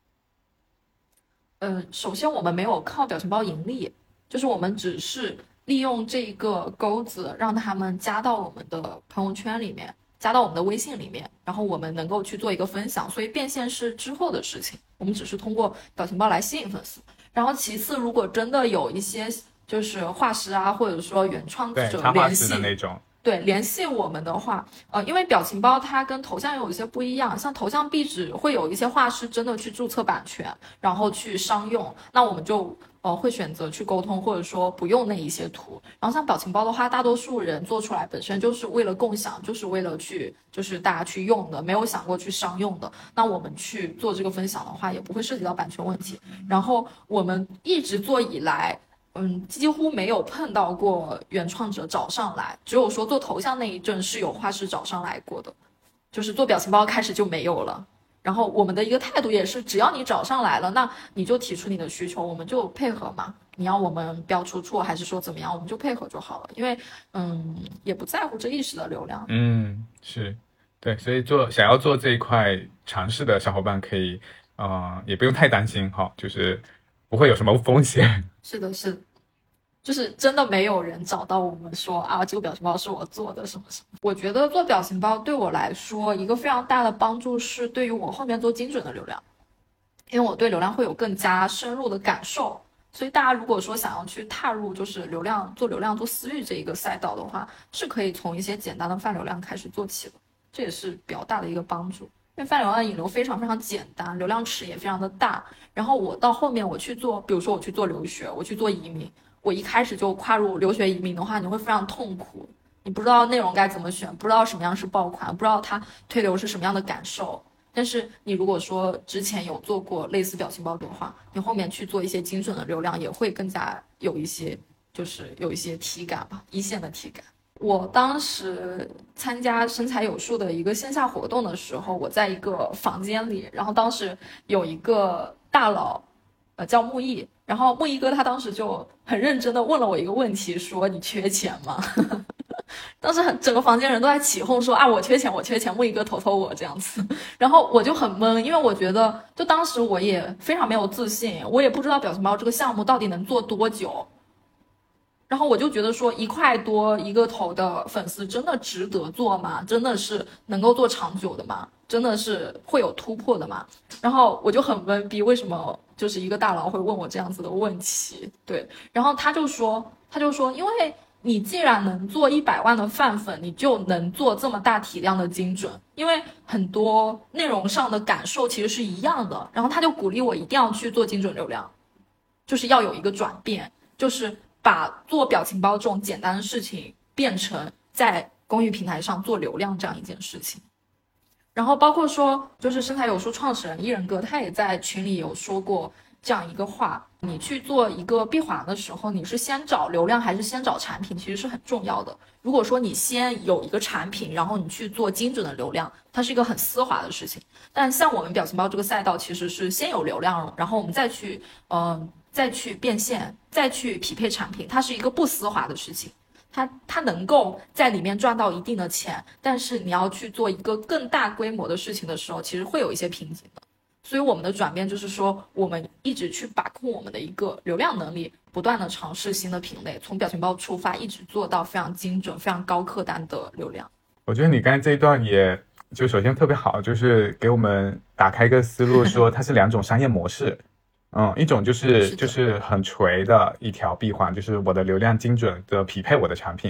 呃，首先我们没有靠表情包盈利，就是我们只是利用这个钩子让他们加到我们的朋友圈里面，加到我们的微信里面，然后我们能够去做一个分享，所以变现是之后的事情，我们只是通过表情包来吸引粉丝。然后其次，如果真的有一些就是画师啊，或者说原创者联系的那种。对，联系我们的话，呃，因为表情包它跟头像有一些不一样，像头像壁纸会有一些画师真的去注册版权，然后去商用，那我们就呃会选择去沟通，或者说不用那一些图。然后像表情包的话，大多数人做出来本身就是为了共享，就是为了去就是大家去用的，没有想过去商用的。那我们去做这个分享的话，也不会涉及到版权问题。然后我们一直做以来。嗯，几乎没有碰到过原创者找上来，只有说做头像那一阵是有画师找上来过的，就是做表情包开始就没有了。然后我们的一个态度也是，只要你找上来了，那你就提出你的需求，我们就配合嘛。你要我们标出错还是说怎么样，我们就配合就好了。因为嗯，也不在乎这一时的流量。 嗯，是对，所以做想要做这一块尝试的小伙伴可以，呃，也不用太担心哈，就是不会有什么风险。 是的，是的，就是真的没有人找到我们说啊，这个表情包是我做的什么什么。我觉得做表情包对我来说一个非常大的帮助是对于我后面做精准的流量，因为我对流量会有更加深入的感受。所以大家如果说想要去踏入就是流量做流量做私域这一个赛道的话，是可以从一些简单的泛流量开始做起的，这也是比较大的一个帮助。因为泛流量引流非常非常简单，流量池也非常的大。然后我到后面我去做，比如说我去做留学，我去做移民，我一开始就跨入留学移民的话，你会非常痛苦，你不知道内容该怎么选，不知道什么样是爆款，不知道它推流是什么样的感受。但是你如果说之前有做过类似表情包的话，你后面去做一些精准的流量也会更加有一些就是有一些体感吧，一线的体感。我当时参加身材有数的一个线下活动的时候，我在一个房间里，然后当时有一个大佬呃叫木易，然后木易哥他当时就很认真的问了我一个问题，说你缺钱吗？当时很整个房间人都在起哄说啊我缺钱我缺钱，木易哥投投我这样子。然后我就很懵，因为我觉得就当时我也非常没有自信，我也不知道表情包这个项目到底能做多久。然后我就觉得说一块多一个头的粉丝真的值得做吗？真的是能够做长久的吗？真的是会有突破的吗？然后我就很懵逼，为什么就是一个大佬会问我这样子的问题？对，然后他就说他就说因为你既然能做一百万的泛粉，你就能做这么大体量的精准，因为很多内容上的感受其实是一样的。然后他就鼓励我一定要去做精准流量，就是要有一个转变，就是把做表情包这种简单的事情变成在公益平台上做流量这样一件事情。然后包括说就是身材有数创始人伊人哥他也在群里有说过这样一个话，你去做一个闭环的时候，你是先找流量还是先找产品，其实是很重要的。如果说你先有一个产品，然后你去做精准的流量，它是一个很丝滑的事情。但像我们表情包这个赛道其实是先有流量，然后我们再去嗯、呃、再去变现，再去匹配产品，它是一个不丝滑的事情。它它能够在里面赚到一定的钱，但是你要去做一个更大规模的事情的时候，其实会有一些瓶颈的。所以我们的转变就是说，我们一直去把控我们的一个流量能力，不断的尝试新的品类，从表情包出发，一直做到非常精准、非常高客单的流量。 我觉得你刚才这一段也就首先特别好，就是给我们打开一个思路，说它是两种商业模式。嗯，一种就是就是很垂的一条闭环，就是我的流量精准的匹配我的产品，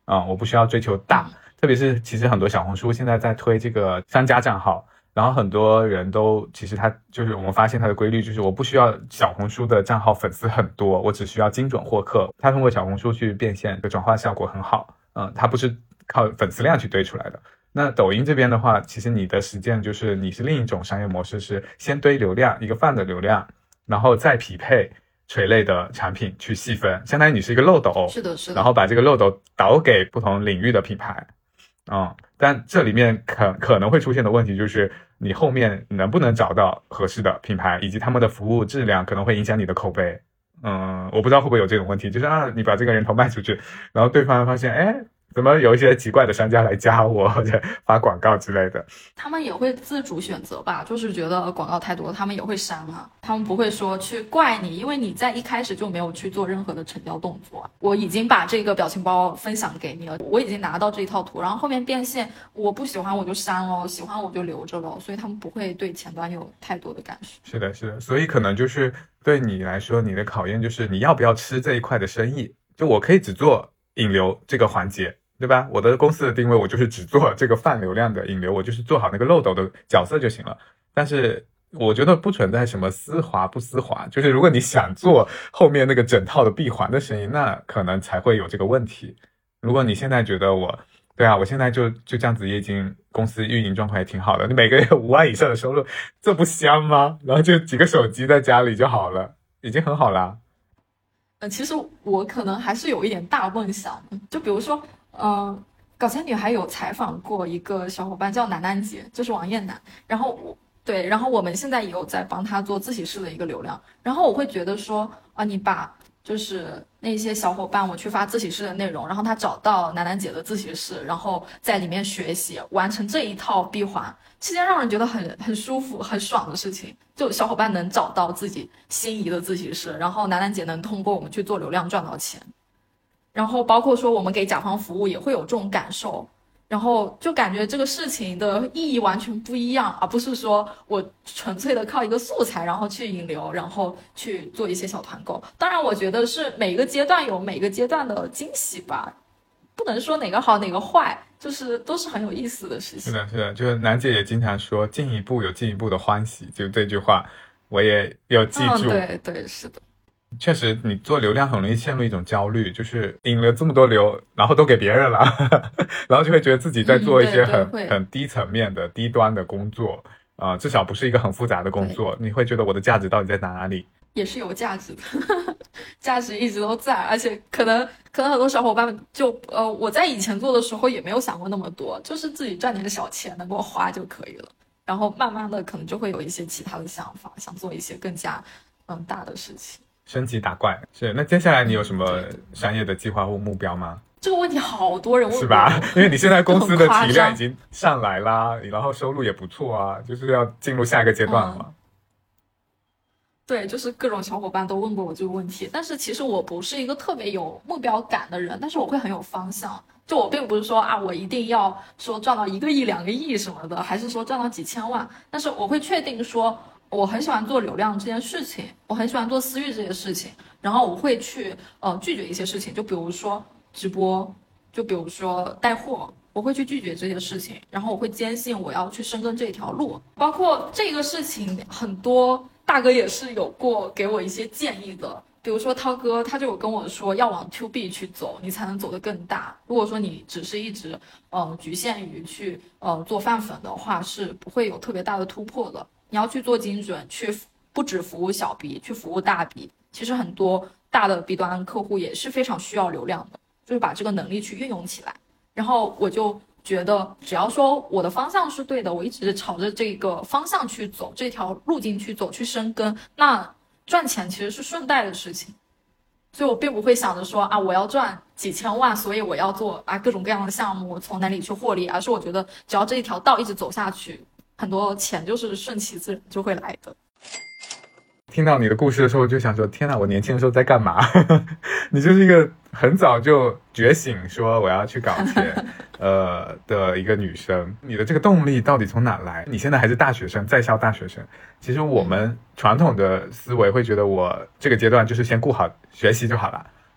嗯，我不需要追求大， 嗯、 特别是其实很多小红书现在在推这个商家账号，然后很多人都其实他就是我们发现他的规律就是我不需要小红书的账号粉丝很多，我只需要精准获客，他通过小红书去变现的转化效果很好，嗯，他不是靠粉丝量去堆出来的。那抖音这边的话，其实你的实践就是你是另一种商业模式，是先堆流量，一个泛的流量，然后再匹配垂类的产品去细分，相当于你是一个漏斗， 是的是的， 然后把这个漏斗导给不同领域的品牌，嗯，但这里面可可能会出现的问题就是你后面能不能找到合适的品牌，以及他们的服务质量可能会影响你的口碑。嗯，我不知道会不会有这种问题，就是啊，你把这个人头卖出去，然后对方发现，哎，怎么有一些奇怪的商家来加我或者发广告之类的， 他们也会自主选择吧，就是觉得广告太多他们也会删啊，他们不会说去怪你，因为你在一开始就没有去做任何的成交动作，我已经把这个表情包分享给你了，我已经拿到这一套图，然后后面变现我不喜欢我就删了，喜欢我就留着了，所以他们不会对前端有太多的感受。 是的是的，所以可能就是对你来说你的考验就是你要不要吃这一块的生意，就我可以只做引流这个环节，对吧？我的公司的定位我就是只做这个泛流量的引流，我就是做好那个漏斗的角色就行了。但是我觉得不存在什么丝滑不丝滑，就是如果你想做后面那个整套的闭环的生意，那可能才会有这个问题。如果你现在觉得我对啊，我现在就就这样子，也已经公司运营状况也挺好的，你每个月五万以上的收入，这不香吗？然后就几个手机在家里就好了，已经很好啦。 呃，其实我可能还是有一点大梦想，就比如说，嗯、呃，搞钱女孩有采访过一个小伙伴叫楠楠姐，就是王艳楠，然后我对，然后我们现在也有在帮她做自习室的一个流量，然后我会觉得说，啊，你把就是那些小伙伴我去发自习室的内容，然后他找到楠楠姐的自习室，然后在里面学习，完成这一套闭环，是件让人觉得很很舒服很爽的事情。就小伙伴能找到自己心仪的自习室，然后楠楠姐能通过我们去做流量赚到钱，然后包括说我们给甲方服务也会有这种感受，然后就感觉这个事情的意义完全不一样，而不是说我纯粹的靠一个素材然后去引流，然后去做一些小团购。当然我觉得是每个阶段有每个阶段的惊喜吧，不能说哪个好哪个坏，就是都是很有意思的事情。 是的是的，就是楠姐也经常说进一步有进一步的欢喜，就这句话我也有记住、 嗯、对对是的。 确实你做流量很容易陷入一种焦虑，就是引了这么多流然后都给别人了然后就会觉得自己在做一些很、嗯、很低层面的低端的工作啊、呃，至少不是一个很复杂的工作，你会觉得我的价值到底在哪里？ 也是有价值的价值一直都在，而且可能可能很多小伙伴就呃我在以前做的时候也没有想过那么多，就是自己赚点小钱能够花就可以了，然后慢慢的可能就会有一些其他的想法，想做一些更加嗯大的事情， 升级打怪。是，那接下来你有什么商业的计划或目标吗？ 这个问题好多人问我， 是吧？因为你现在公司的体量已经上来啦，然后收入也不错啊，就是要进入下一个阶段了嘛、嗯。 对，就是各种小伙伴都问过我这个问题，但是其实我不是一个特别有目标感的人，但是我会很有方向。就我并不是说啊，我一定要说赚到一个亿、两个亿什么的，还是说赚到几千万，但是我会确定说，我很喜欢做流量这件事情，我很喜欢做私域这件事情，然后我会去呃拒绝一些事情，就比如说直播，就比如说带货，我会去拒绝这些事情，然后我会坚信我要去深耕这条路。包括这个事情，很多大哥也是有过给我一些建议的，比如说涛哥他就有跟我说要往 to B 去走，你才能走得更大。如果说你只是一直呃局限于去呃做饭粉的话，是不会有特别大的突破的。你要去做精准，去不只服务小 B， 去服务大 B。其实很多大的 B 端客户也是非常需要流量的，就是把这个能力去运用起来。然后我就觉得只要说我的方向是对的，我一直朝着这个方向去走，这条路径去走，去深耕，那赚钱其实是顺带的事情。所以我并不会想着说啊，我要赚几千万，所以我要做啊各种各样的项目，从哪里去获利，而是我觉得只要这一条道一直走下去，很多钱就是顺其自然就会来的。 听到你的故事的时候，我就想说，天哪，我年轻的时候在干嘛？你就是一个很早就觉醒说我要去搞钱呃的一个女生，你的这个动力到底从哪来？你现在还是大学生，在校大学生。其实我们传统的思维会觉得我这个阶段就是先顾好学习就好了，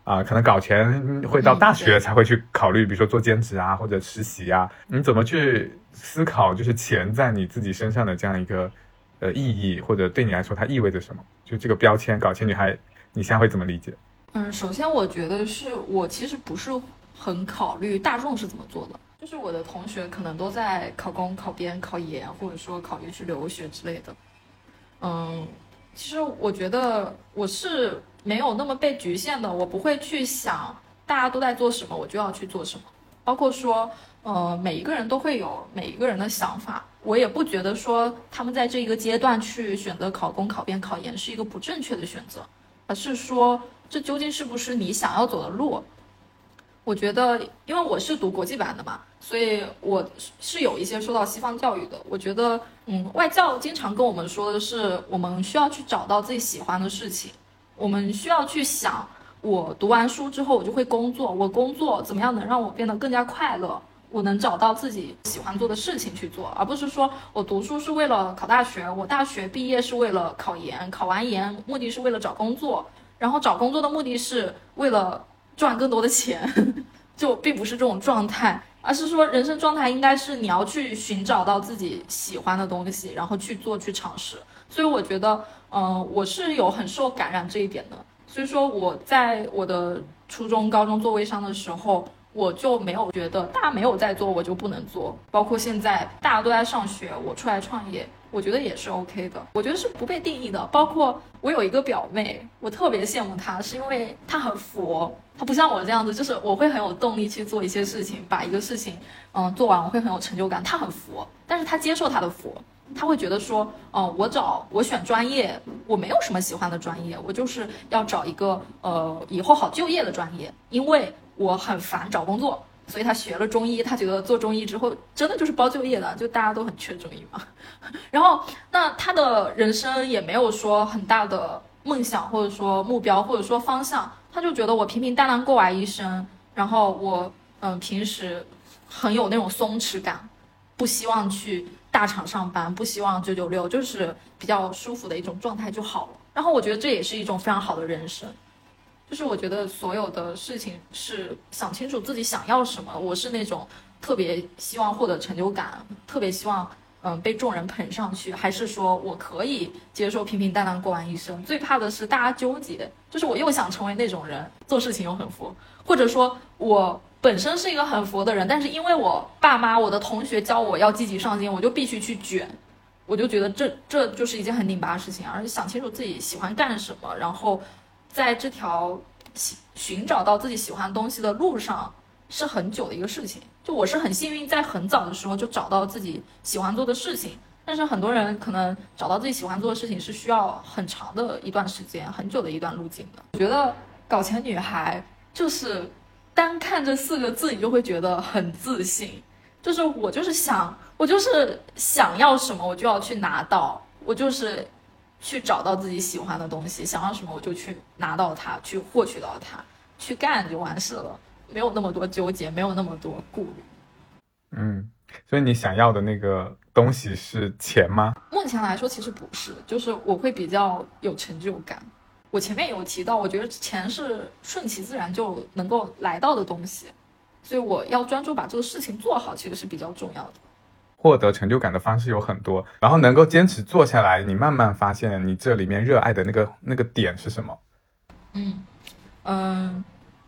啊、呃，可能搞钱会到大学才会去考虑，比如说做兼职啊或者实习啊，你怎么去思考就是钱在你自己身上的这样一个呃意义，或者对你来说它意味着什么？就这个标签搞钱女孩，你现在会怎么理解？ 嗯，首先我觉得是我其实不是很考虑大众是怎么做的，就是我的同学可能都在考公、考编、考研，或者说考虑去留学之类的。嗯，其实我觉得我是没有那么被局限的，我不会去想大家都在做什么，我就要去做什么。包括说，呃，每一个人都会有每一个人的想法，我也不觉得说他们在这一个阶段去选择考公、考编、考研是一个不正确的选择，而是说这究竟是不是你想要走的路。我觉得，因为我是读国际班的嘛，所以我是有一些受到西方教育的。我觉得，嗯，外教经常跟我们说的是，我们需要去找到自己喜欢的事情，我们需要去想，我读完书之后我就会工作，我工作怎么样能让我变得更加快乐，我能找到自己喜欢做的事情去做，而不是说我读书是为了考大学，我大学毕业是为了考研，考完研目的是为了找工作，然后找工作的目的是为了赚更多的钱，就并不是这种状态，而是说人生状态应该是你要去寻找到自己喜欢的东西，然后去做去尝试。所以我觉得嗯、呃，我是有很受感染这一点的。所以说我在我的初中高中做微商的时候，我就没有觉得大家没有在做我就不能做，包括现在大家都在上学，我出来创业，我觉得也是 OK 的，我觉得是不被定义的。包括我有一个表妹，我特别羡慕她，是因为她很佛，她不像我这样子，就是我会很有动力去做一些事情，把一个事情嗯做完我会很有成就感。她很佛，但是她接受她的佛，他会觉得说，哦、呃，我找我选专业，我没有什么喜欢的专业，我就是要找一个呃以后好就业的专业，因为我很烦找工作，所以他学了中医，他觉得做中医之后真的就是包就业的，就大家都很缺中医嘛。然后那他的人生也没有说很大的梦想，或者说目标，或者说方向，他就觉得我平平淡淡过完一生，然后我嗯平时很有那种松弛感，不希望去大厂上班，不希望九九六，就是比较舒服的一种状态就好了。然后我觉得这也是一种非常好的人生，就是我觉得所有的事情是想清楚自己想要什么。我是那种特别希望获得成就感，特别希望嗯被众人捧上去，还是说我可以接受平平淡淡过完一生。最怕的是大家纠结，就是我又想成为那种人，做事情又很佛，或者说我本身是一个很佛的人，但是因为我爸妈我的同学教我要积极上进，我就必须去卷，我就觉得这这就是一件很拧巴的事情。而且想清楚自己喜欢干什么，然后在这条寻找到自己喜欢的东西的路上是很久的一个事情。就我是很幸运在很早的时候就找到自己喜欢做的事情，但是很多人可能找到自己喜欢做的事情是需要很长的一段时间，很久的一段路径的。我觉得搞钱女孩就是单看这四个字你就会觉得很自信，就是我就是想我就是想要什么我就要去拿到，我就是去找到自己喜欢的东西，想要什么我就去拿到它，去获取到它，去干就完事了，没有那么多纠结，没有那么多顾虑。 嗯，所以你想要的那个东西是钱吗？ 目前来说其实不是，就是我会比较有成就感。我前面有提到，我觉得钱是顺其自然就能够来到的东西，所以我要专注把这个事情做好，其实是比较重要的。 获得成就感的方式有很多，然后能够坚持做下来，你慢慢发现你这里面热爱的那个那个点是什么？ 嗯嗯，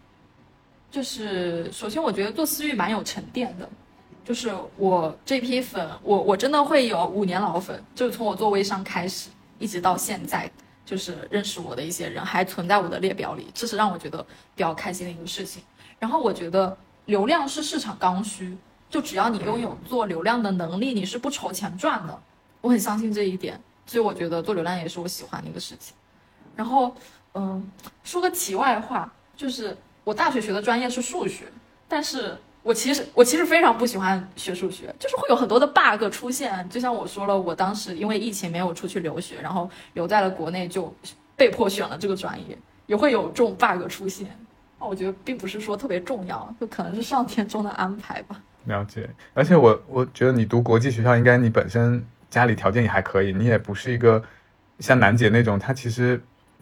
就是首先我觉得做私域蛮有沉淀的，就是我这批粉，我我真的会有五年老粉，就是从我做微商开始，一直到现在。就是认识我的一些人还存在我的列表里，这是让我觉得比较开心的一个事情。然后我觉得流量是市场刚需，就只要你拥有做流量的能力，你是不愁钱赚的，我很相信这一点，所以我觉得做流量也是我喜欢的一个事情。然后嗯，说个题外话，就是我大学学的专业是数学，但是我其实我其实非常不喜欢学数学，就是会有很多的 bug 出现。就像我说了，我当时因为疫情没有出去留学，然后留在了国内，就被迫选了这个专业，也会有这种 bug 出现。我觉得并不是说特别重要，就可能是上天中的安排吧。 了解。而且我我觉得你读国际学校，应该你本身家里条件也还可以，你也不是一个像楠姐那种，她其实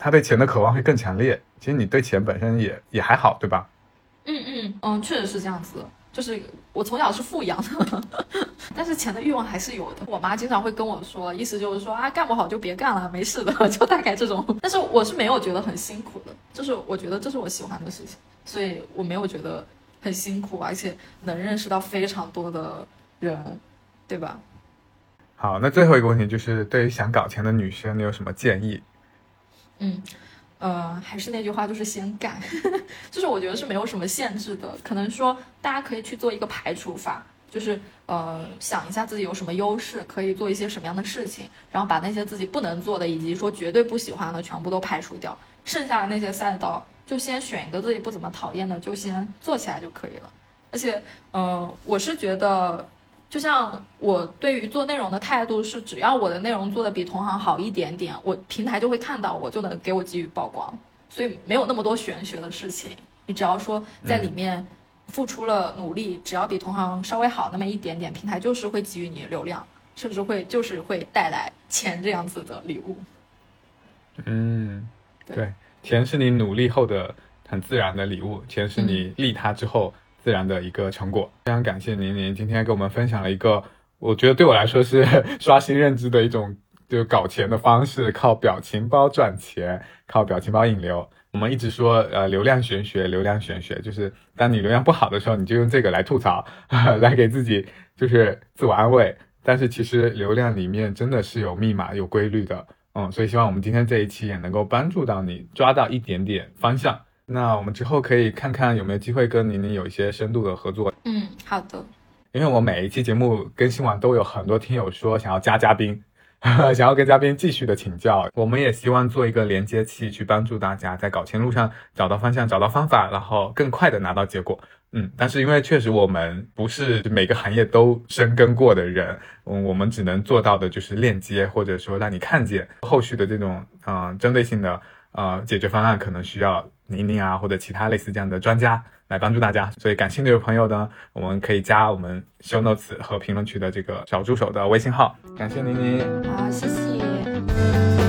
他对钱的渴望会更强烈。其实你对钱本身也也还好，对吧？ 嗯嗯嗯，确实是这样子的。就是我从小是富养的，但是钱的欲望还是有的。我妈经常会跟我说，意思就是说啊，干不好就别干了，没事的，就大概这种。但是我是没有觉得很辛苦的，就是我觉得这是我喜欢的事情，所以我没有觉得很辛苦，而且能认识到非常多的人，对吧？ 好，那最后一个问题就是对于想搞钱的女生你有什么建议？ 嗯呃，还是那句话，就是先干，就是我觉得是没有什么限制的。可能说大家可以去做一个排除法，就是呃想一下自己有什么优势，可以做一些什么样的事情，然后把那些自己不能做的以及说绝对不喜欢的全部都排除掉，剩下的那些赛道就先选一个自己不怎么讨厌的，就先做起来就可以了。而且呃，我是觉得。就像我对于做内容的态度是，只要我的内容做的比同行好一点点，我平台就会看到，我就能给我给予曝光，所以没有那么多玄学的事情。你只要说在里面付出了努力，只要比同行稍微好那么一点点，平台就是会给予你流量，甚至会就是会带来钱这样子的礼物。 嗯，对，对，钱是你努力后的很自然的礼物，钱是你利他之后。嗯自然的一个成果。非常感谢宁宁今天给我们分享了一个我觉得对我来说是刷新认知的一种就是搞钱的方式，靠表情包赚钱，靠表情包引流。我们一直说呃流量玄学，流量玄学，就是当你流量不好的时候，你就用这个来吐槽，来给自己就是自我安慰。但是其实流量里面真的是有密码有规律的，嗯，所以希望我们今天这一期也能够帮助到你抓到一点点方向。那我们之后可以看看有没有机会跟宁宁有一些深度的合作。 嗯，好的。 因为我每一期节目更新完都有很多听友说想要加嘉宾，想要跟嘉宾继续的请教。我们也希望做一个连接器，去帮助大家在搞钱路上找到方向，找到方法，然后更快的拿到结果。嗯，但是因为确实我们不是每个行业都深耕过的人，嗯，我们只能做到的就是链接，或者说让你看见后续的这种嗯、呃、针对性的呃解决方案，可能需要宁宁啊或者其他类似这样的专家来帮助大家。所以感兴趣的朋友呢，我们可以加我们 show notes 和评论区的这个小助手的微信号。感谢宁宁， 好，谢谢。